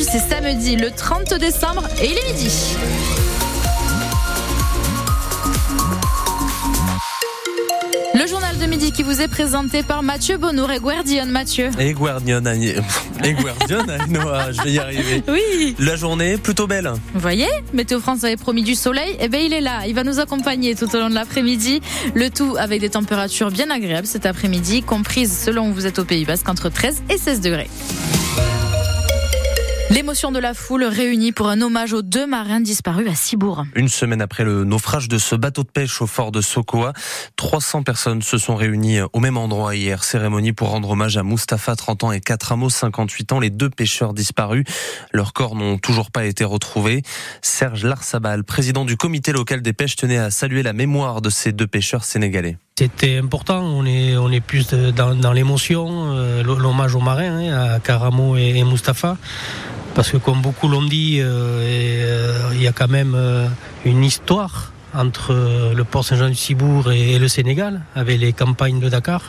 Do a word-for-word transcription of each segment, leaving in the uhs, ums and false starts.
Aujourd'hui, c'est samedi, le trente décembre, et il est midi. Le journal de midi qui vous est présenté par Mathieu Bonnour et Guardian. Mathieu. Et Guardian, et Guardian, Noah, je vais y arriver. Oui. La journée plutôt belle. Vous voyez, Météo France avait promis du soleil, et bien il est là. Il va nous accompagner tout au long de l'après-midi. Le tout avec des températures bien agréables cet après-midi, comprises selon où vous êtes au Pays Basque entre treize et seize degrés. L'émotion de la foule réunie pour un hommage aux deux marins disparus à Ciboure. Une semaine après le naufrage de ce bateau de pêche au fort de Sokoa, trois cents personnes se sont réunies au même endroit hier. Cérémonie pour rendre hommage à Mustapha, trente ans, et Katramo, cinquante-huit ans, les deux pêcheurs disparus. Leurs corps n'ont toujours pas été retrouvés. Serge Larsabal, président du comité local des pêches, tenait à saluer la mémoire de ces deux pêcheurs sénégalais. C'était important, on est, on est plus de, dans, dans l'émotion, euh, l'hommage aux marins, hein, à Karamo et, et Mustapha. Parce que comme beaucoup l'ont dit, euh, euh, il y a quand même euh, une histoire entre euh, le port Saint-Jean-du-Ciboure et, et le Sénégal, avec les campagnes de Dakar.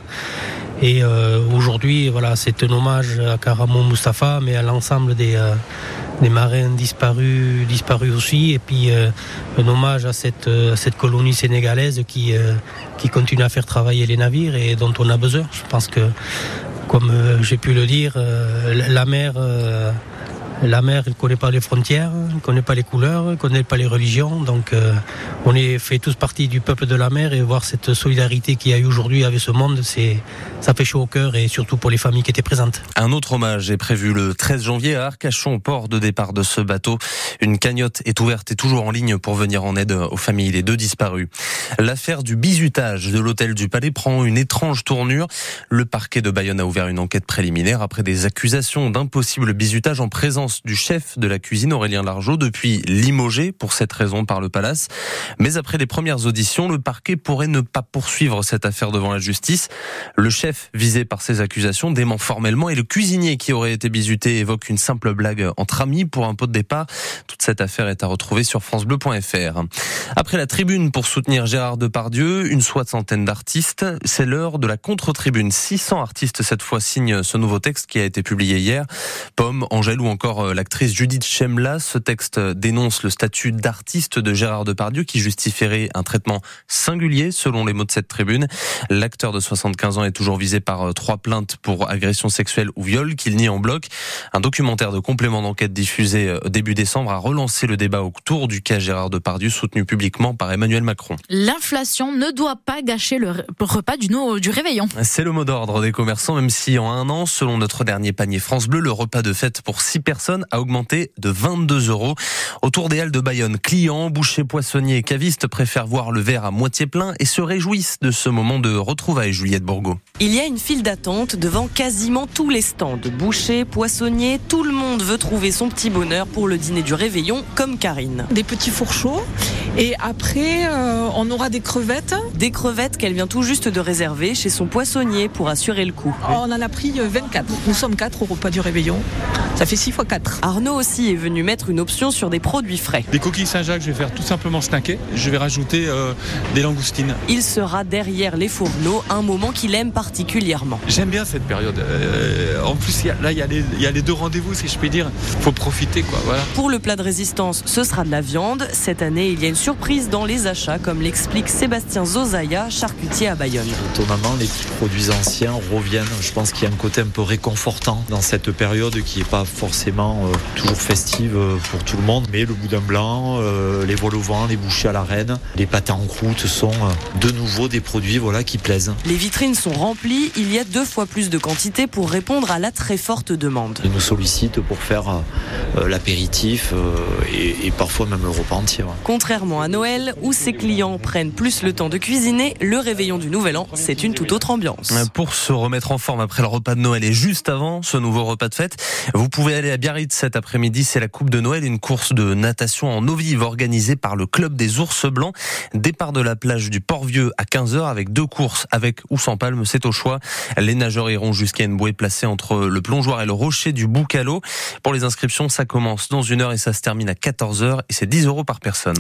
Et euh, aujourd'hui, voilà, c'est un hommage à Karamo Mustapha, mais à l'ensemble des, euh, des marins disparus, disparus aussi. Et puis euh, un hommage à cette, à cette colonie sénégalaise qui, euh, qui continue à faire travailler les navires et dont on a besoin. Je pense que, comme euh, j'ai pu le dire, euh, la mer... Euh, La mer, elle ne connaît pas les frontières, elle ne connaît pas les couleurs, elle ne connaît pas les religions. Donc euh, on est fait tous partie du peuple de la mer, et voir cette solidarité qu'il y a eu aujourd'hui avec ce monde, c'est, ça fait chaud au cœur, et surtout pour les familles qui étaient présentes. Un autre hommage est prévu le treize janvier à Arcachon, port de départ de ce bateau. Une cagnotte est ouverte et toujours en ligne pour venir en aide aux familles des deux disparus. L'affaire du bizutage de l'hôtel du Palais prend une étrange tournure. Le parquet de Bayonne a ouvert une enquête préliminaire après des accusations d'impossible bizutage en présence du chef de la cuisine, Aurélien Largeau, depuis limogé pour cette raison par le Palace. Mais après les premières auditions, le parquet pourrait ne pas poursuivre cette affaire devant la justice. Le chef visé par ces accusations dément formellement, et le cuisinier qui aurait été bizuté évoque une simple blague entre amis pour un pot de départ. Toute cette affaire est à retrouver sur francebleu point f r. Après la tribune pour soutenir Gérard Depardieu, une soixantaine d'artistes, c'est l'heure de la contre-tribune. six cents artistes cette fois signent ce nouveau texte qui a été publié hier. Pomme, Angèle ou encore l'actrice Judith Chemla. Ce texte dénonce le statut d'artiste de Gérard Depardieu qui justifierait un traitement singulier selon les mots de cette tribune. L'acteur de soixante-quinze ans est toujours visé par trois plaintes pour agression sexuelle ou viol qu'il nie en bloc. Un documentaire de complément d'enquête diffusé début décembre a relancé le débat autour du cas Gérard Depardieu, soutenu publiquement par Emmanuel Macron. L'inflation ne doit pas gâcher le repas du, du réveillon. C'est le mot d'ordre des commerçants, même si en un an, selon notre dernier panier France Bleu, le repas de fête pour six personnes a augmenté de vingt-deux euros. Autour des halles de Bayonne, clients, bouchers, poissonniers et cavistes préfèrent voir le verre à moitié plein et se réjouissent de ce moment de retrouvailles. Juliette Bourgault. Il y a une file d'attente devant quasiment tous les stands. Bouchers, poissonniers, tout le monde veut trouver son petit bonheur pour le dîner du réveillon, comme Karine. Des petits fours chauds, et après euh, on aura des crevettes. Des crevettes qu'elle vient tout juste de réserver chez son poissonnier pour assurer le coup. On en a pris vingt-quatre. Nous sommes quatre au repas du réveillon. Ça fait six fois quatre. Arnaud aussi est venu mettre une option sur des produits frais. Des coquilles Saint-Jacques, je vais faire tout simplement snacker. Je vais rajouter euh, des langoustines. Il sera derrière les fourneaux, un moment qu'il aime particulièrement. J'aime bien cette période. Euh, en plus, y a, là, il y, y a les deux rendez-vous, si je puis dire. Il faut profiter, quoi. Voilà. Pour le plat de résistance, ce sera de la viande. Cette année, il y a une surprise dans les achats, comme l'explique Sébastien Zozaya, charcutier à Bayonne. Étonnamment, les produits anciens reviennent. Je pense qu'il y a un côté un peu réconfortant dans cette période qui n'est pas forcément euh, toujours festive pour tout le monde. Mais le boudin blanc, euh, les voiles au vent, les bouchées à la reine, les pâtés en croûte sont euh, de nouveau des produits voilà, qui plaisent. Les vitrines sont remplies. Il y a deux fois plus de quantité pour répondre à la très forte demande. Ils nous sollicitent pour faire euh, l'apéritif euh, et, et parfois même le repas entier. Ouais. Contrairement à Noël, où ses clients prennent plus le temps de cuisiner, le réveillon du Nouvel An, c'est une toute autre ambiance. Pour se remettre en forme après le repas de Noël et juste avant ce nouveau repas de fête, vous pouvez aller à Biarritz cet après-midi. C'est la Coupe de Noël, une course de natation en eau vive organisée par le club des Ours Blancs. Départ de la plage du Port-Vieux à quinze heures avec deux courses avec ou sans palme, c'est au choix. Les nageurs iront jusqu'à une bouée placée entre le plongeoir et le rocher du Boucalo. Pour les inscriptions, ça commence dans une heure et ça se termine à quatorze heures et c'est dix euros par personne. Un défi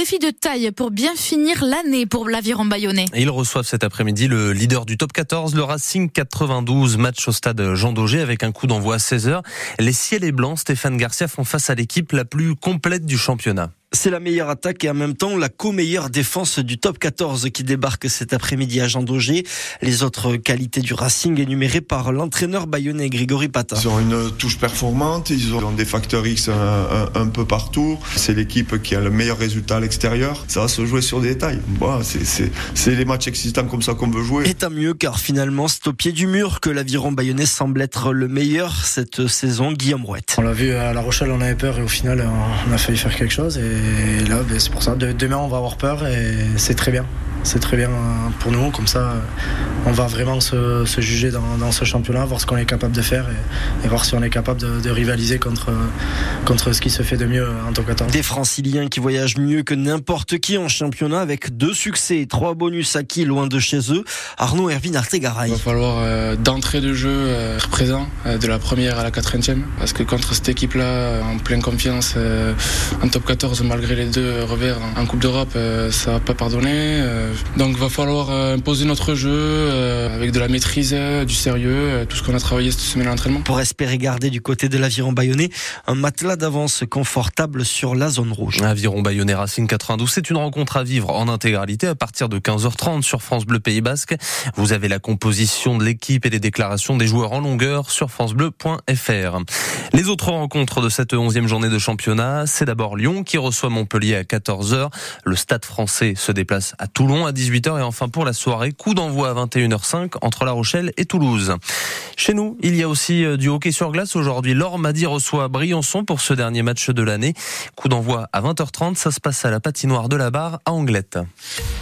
défi de taille pour bien finir l'année pour l'Aviron Bayonnais. Ils reçoivent cet après-midi le leader du top quatorze, le Racing quatre-vingt-douze, match au stade Jean Daugé avec un coup d'envoi à seize heures. Les Ciels et Blancs, Stéphane Garcia, font face à l'équipe la plus complète du championnat. C'est la meilleure attaque et en même temps la co-meilleure défense du top quatorze qui débarque cet après-midi à Jean Daugé. Les autres qualités du Racing énumérées par l'entraîneur bayonnais Grégory Patin. Ils ont une touche performante, ils ont des facteurs X un, un, un peu partout. C'est l'équipe qui a le meilleur résultat à l'extérieur. Ça va se jouer sur des détails. Bon, c'est, c'est, c'est les matchs excitants comme ça qu'on veut jouer. Et tant mieux car finalement c'est au pied du mur que l'Aviron Bayonnais semble être le meilleur cette saison. Guillaume Rouette. On l'a vu à La Rochelle, on avait peur et au final on a failli faire quelque chose. Et Et là, ben, c'est pour ça. De, demain, on va avoir peur et c'est très bien. C'est très bien pour nous. Comme ça, on va vraiment se, se juger dans, dans ce championnat, voir ce qu'on est capable de faire et, et voir si on est capable de, de rivaliser contre, contre ce qui se fait de mieux en top quatorze. Des Franciliens qui voyagent mieux que n'importe qui en championnat avec deux succès et trois bonus acquis loin de chez eux. Arnaud Erwin Artegaray. Il va falloir euh, d'entrée de jeu euh, être présent euh, de la première à la quatrième parce que contre cette équipe-là, en pleine confiance, euh, en top quatorze, malgré les deux revers en Coupe d'Europe, euh, ça va pas pardonner. Euh, donc il va falloir euh, imposer notre jeu euh, avec de la maîtrise, euh, du sérieux, euh, tout ce qu'on a travaillé cette semaine à l'entraînement. Pour espérer garder du côté de l'Aviron Bayonnais un matelas d'avance confortable sur la zone rouge. Aviron Bayonnais Racing quatre-vingt-douze, c'est une rencontre à vivre en intégralité à partir de quinze heures trente sur France Bleu Pays Basque. Vous avez la composition de l'équipe et les déclarations des joueurs en longueur sur francebleu point f r. Les autres rencontres de cette onzième journée de championnat, c'est d'abord Lyon qui reçoit Montpellier à quatorze heures. Le Stade Français se déplace à Toulon à dix-huit heures et enfin pour la soirée, coup d'envoi à vingt et une heures cinq entre La Rochelle et Toulouse. Chez nous, il y a aussi du hockey sur glace. Aujourd'hui, l'Ormadi reçoit Briançon pour ce dernier match de l'année. Coup d'envoi à vingt heures trente, ça se passe à la patinoire de la Barre à Anglette.